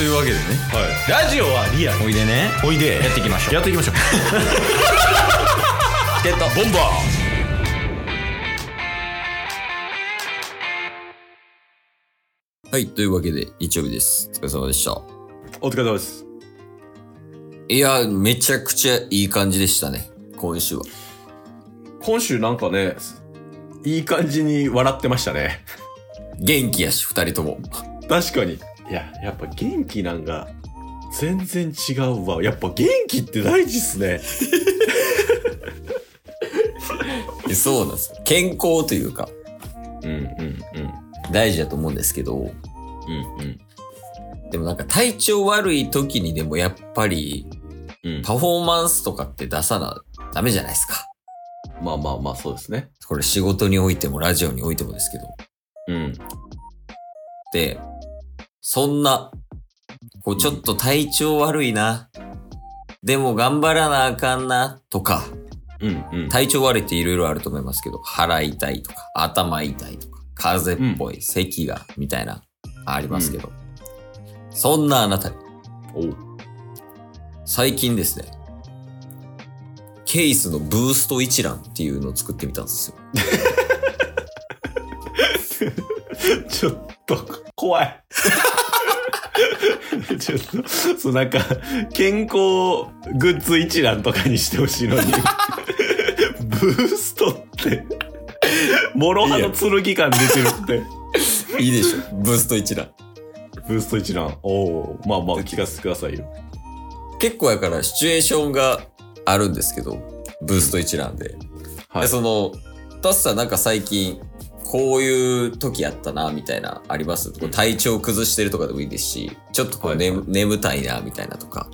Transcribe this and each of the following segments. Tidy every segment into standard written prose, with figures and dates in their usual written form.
というわけでね、 ラジオはリアル。 おいでね、 おいで。 やっていきましょう。 やっていきましょう。 チケットボンバー。はい、というわけで日曜日です。お疲れ様でした。 お疲れ様です。 いや、めちゃくちゃいい感じでしたね、今週は。 今週なんかね、いい感じに笑ってましたね。 元気やし、二人とも。 確かに。いや、やっぱ元気なんか全然違うわ。やっぱ元気って大事っすね。 そうなんです。健康というか、大事だと思うんですけど、でもなんか体調悪い時にでもやっぱり、パフォーマンスとかって出さなダメじゃないですか。 まあ、そうですね。 これ仕事においてもラジオにおいてもですけど。で、そんな、こうちょっと体調悪いな、でも頑張らなあかんな、とか、体調悪いっていろいろあると思いますけど、腹痛いとか、頭痛いとか、風邪っぽい、咳が、みたいな、ありますけど、そんなあなたに、最近ですね、ケースのブースト一覧っていうのを作ってみたんですよ。 ちょっと怖い。ちょっとなんか健康グッズ一覧とかにしてほしいのにブーストって諸刃の剣感出てるって。 いいでしょ、ブースト一覧。 ブースト一覧。まあ聞かせてくださいよ。 結構やからシチュエーションがあるんですけど、ブースト一覧で。で、そのタッさんなんか最近こういう時やったなみたいなあります？体調崩してるとかでもいいですし、ちょっとこう、眠たいなみたいなとか。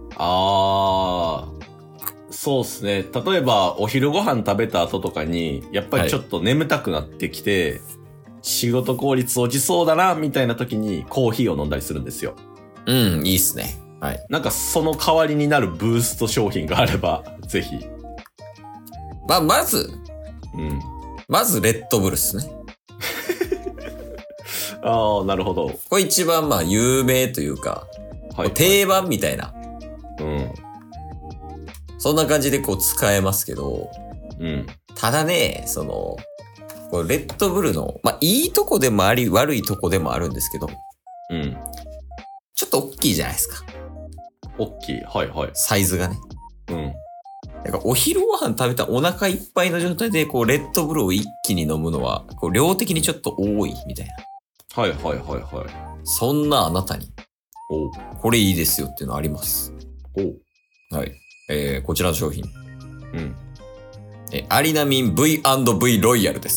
そうっすね。例えばお昼ご飯食べた後とかにやっぱりちょっと眠たくなってきて、仕事効率落ちそうだなみたいな時にコーヒーを飲んだりするんですよ。 いいっすね。はい。 なんかその代わりになるブースト商品があればぜひ。 まずレッドブルっすね。 なるほど。 これ一番有名というか、定番みたいな。そんな感じでこう使えますけど、ただね、これレッドブルの、いいとこでもあり、悪いとこでもあるんですけど、ちょっと大きいじゃないですか。 大きい。 サイズがね。だからお昼ご飯食べたお腹いっぱいの状態でこうレッドブルを一気に飲むのはこう量的にちょっと多いみたいな。そんなあなたにこれいいですよっていうのあります。はい。こちらの商品。アリナミン V&V ロイヤルです。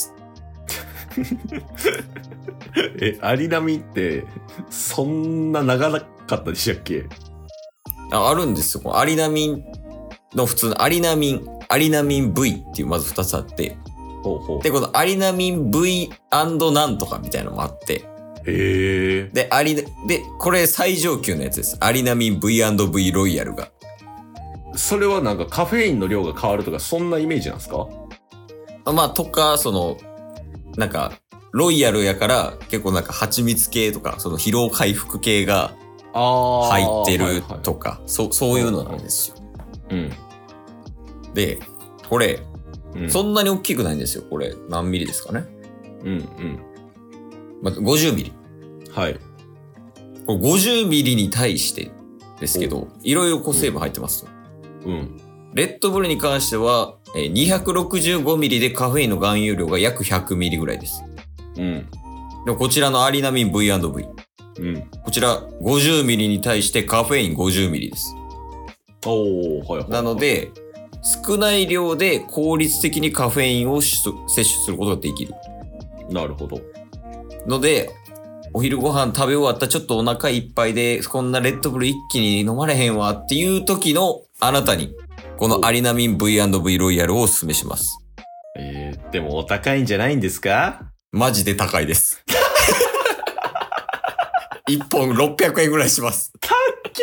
アリナミンってそんな長かったでしたっけ？ あるんですよ。アリナミンの普通のアリナミン V っていうまず2つあって、で、このアリナミン V& なんとかみたいなのもあって、で、これ最上級のやつです。アリナミン V&V ロイヤルが。 それはなんかカフェインの量が変わるとかそんなイメージなんですか？ とか、なんか、ロイヤルやから結構なんか蜂蜜系とか、疲労回復系が入ってるとか、そういうのなんですよ。で、これ、そんなに大きくないんですよ。これ、何ミリですかね。50ミリ。これ50ミリに対してですけど、いろいろ成分入ってますと。レッドブルに関しては、265ミリでカフェインの含有量が約100ミリぐらいです。でもこちらのアリナミン V&V。こちら50ミリに対してカフェイン50ミリです。なので、少ない量で効率的にカフェインを摂取することができる。 なるほど。 ので、お昼ご飯食べ終わったちょっとお腹いっぱいで、こんなレッドブル一気に飲まれへんわっていう時のあなたに、このアリナミン V&V ロイヤルをお勧めします。 でもお高いんじゃないんですか？ マジで高いです。1本600円ぐらいします。 た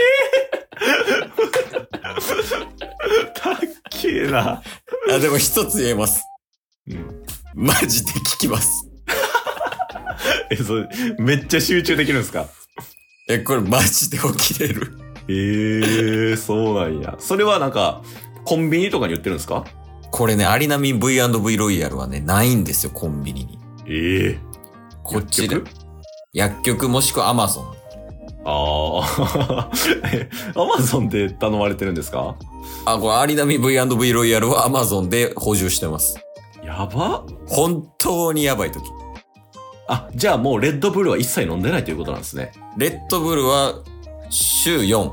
っけーな。 でも一つ言えます。マジで効きます。 それめっちゃ集中できるんですか？ これマジで起きれる。 そうなんや。それはなんか、コンビニとかに売ってるんですか？ これね、アリナミン V&V ロイヤルはね、ないんですよ、コンビニに。こっちで。薬局もしくはアマゾン。 アマゾンで頼まれてるんですか？ これアリナミン V&V ロイヤルはアマゾンで補充してます。 やば。 本当にやばい時。 じゃあもうレッドブルは一切飲んでないということなんですね。 レッドブルは週4。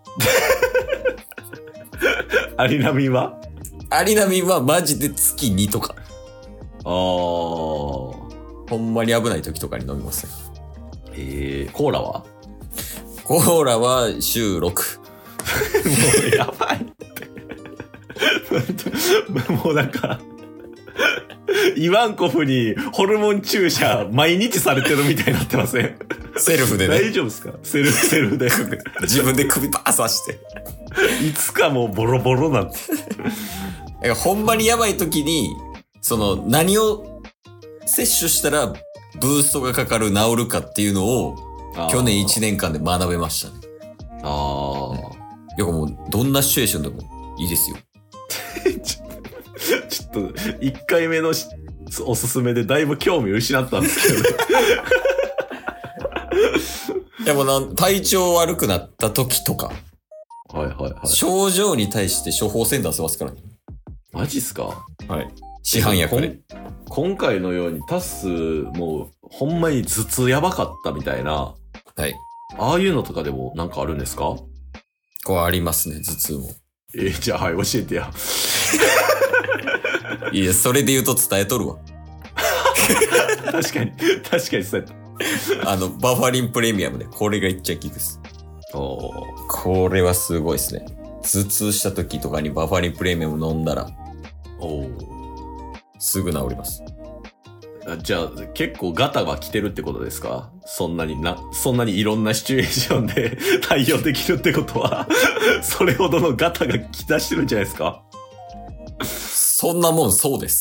アリナミンは？ アリナミンはマジで月2とか。 ほんまに危ない時とかに飲みますね。コーラは？ コーラは週6。もうやばいって。もうなんか、イワンコフにホルモン注射毎日されてるみたいになってません？ セルフでね。 大丈夫ですか？セルフで。 自分で首パー刺して。 いつかもうボロボロなんて。 ほんまにやばい時に、何を摂取したらブーストがかかる、治るかっていうのを、去年1年間で学べましたね。いやもう、どんなシチュエーションでもいいですよ。 ちょっと、1回目のおすすめでだいぶ興味を失ったんですけどね。 いやもう体調悪くなった時とか。症状に対して処方箋出せますからね。 マジっすか？ はい。市販薬で。 今回のようにタスもうほんまに頭痛やばかったみたいな。 はい。 ああいうのとかでもなんかあるんですか？ こうありますね、頭痛も。 じゃあ教えてや。 いや、それで言うと伝えとるわ。 確かにそうやった。 バファリンプレミアムで、これがいっちゃ効くです。これはすごいですね。頭痛した時とかにバファリンプレミアム飲んだら、すぐ治ります。 じゃあ結構ガタが来てるってことですか？そんなにいろんなシチュエーションで対応できるってことは、それほどのガタが来だしてるんじゃないですか？ そんなもんそうです。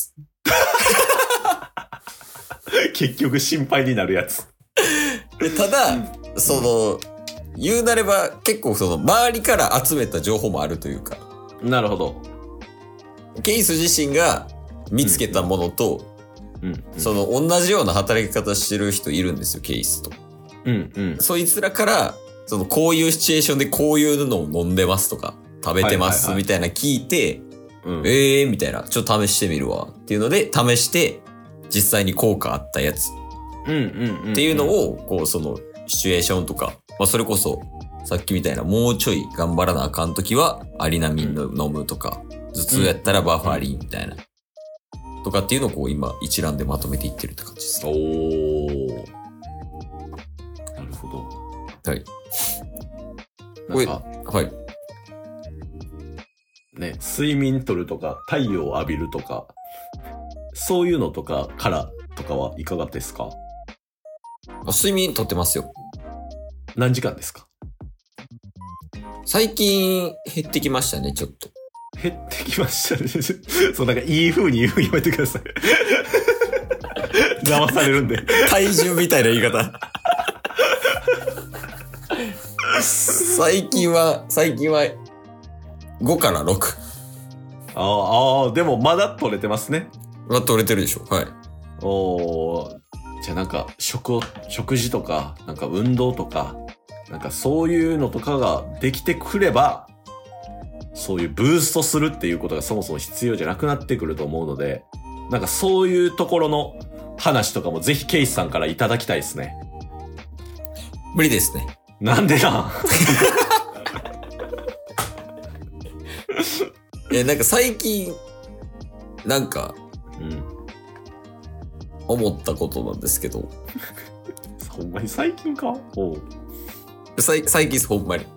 結局心配になるやつ。 ただ、言うなれば結構周りから集めた情報もあるというか。 なるほど。 ケイス自身が見つけたものと、同じような働き方してる人いるんですよ、ケイスと。そいつらから、こういうシチュエーションでこういうのを飲んでますとか、食べてますみたいな聞いて、みたいな、ちょっと試してみるわ。っていうので、試して、実際に効果あったやつ。っていうのを、シチュエーションとか、それこそ、さっきみたいな、もうちょい頑張らなあかんときは、アリナミン飲むとか、頭痛やったらバファリンみたいな。とかっていうのを今、一覧でまとめていってるって感じです。 なるほど。 はい。これ、はい。 ね、睡眠取るとか、太陽を浴びるとか、そういうのとかからとかはいかがですか？ 睡眠取ってますよ。 何時間ですか？ 最近減ってきましたね、ちょっと。 減ってきましたね。そう、なんかいい風に言うやめてください。騙されるんで。 体重みたいな言い方。最近は5から6。 でもまだ取れてますね。 取れてるでしょ。はい。 じゃあなんか食事とか、なんか運動とか、なんかそういうのとかができてくれば、そういうブーストするっていうことがそもそも必要じゃなくなってくると思うので、なんかそういうところの話とかもぜひケイスさんからいただきたいですね。 無理ですね。 なんでななんか最近、なんか、思ったことなんですけど。 ほんまに最近か？ 最近です、ほんまに。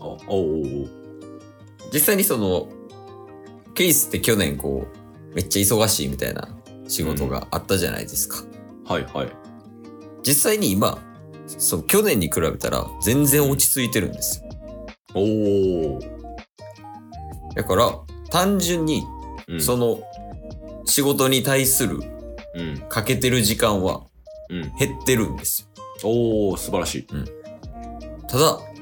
実際にケースって去年めっちゃ忙しいみたいな仕事があったじゃないですか。 はいはい。 実際に今、去年に比べたら全然落ち着いてるんですよ。だから、単純に、仕事に対する、かけてる時間は、減ってるんですよ。素晴らしい。 ただ、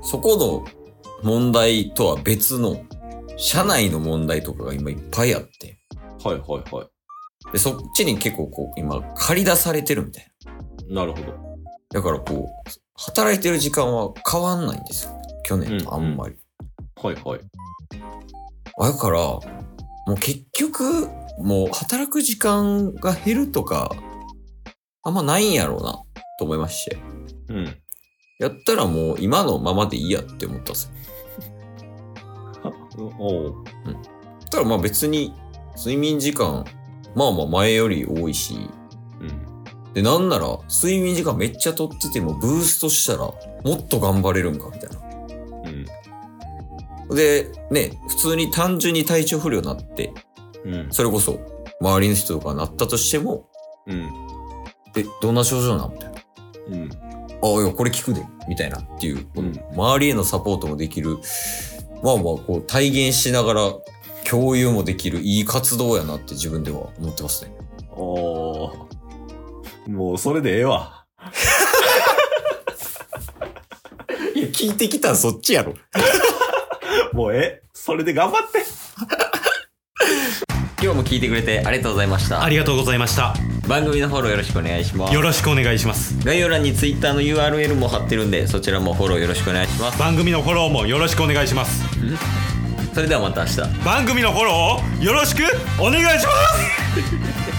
そこの問題とは別の、社内の問題とかが今いっぱいあって。 はいはいはい。 で、そっちに結構こう、今、借り出されてるみたいなるほど。 な。だからこう、働いてる時間は変わんないんですよ。去年とあんまり。 はいはい。 だから、もう結局、もう働く時間が減るとか、あんまないんやろうな、と思いまして。 うん。 やったらもう今のままでいいやって思ったんですよ。 おう。 ただまあ別に睡眠時間、まあまあ前より多いし、 うん。 で、なんなら睡眠時間めっちゃ取っててもブーストしたらもっと頑張れるんかみたいな。 うん。 で、ね、普通に単純に体調不良になって、 うん。 それこそ周りの人とかなったとしても、 うん。 どんな症状なんみたいな。 うん。 ああ、いや、これ効くで、みたいなっていう、 うん周りへのサポートもできる、まあまあ、こう、体現しながら共有もできるいい活動やなって自分では思ってますね。 おー。もうそれでええわ。 いや、聞いてきたらそっちやろ。 もうそれで頑張って。 今日も聞いてくれてありがとうございました。 ありがとうございました。 番組のフォローよろしくお願いします。 よろしくお願いします。 概要欄に Twitter の URL も貼ってるんで、そちらもフォローよろしくお願いします。 番組のフォローもよろしくお願いします。 それではまた明日。 番組のフォローをよろしくお願いします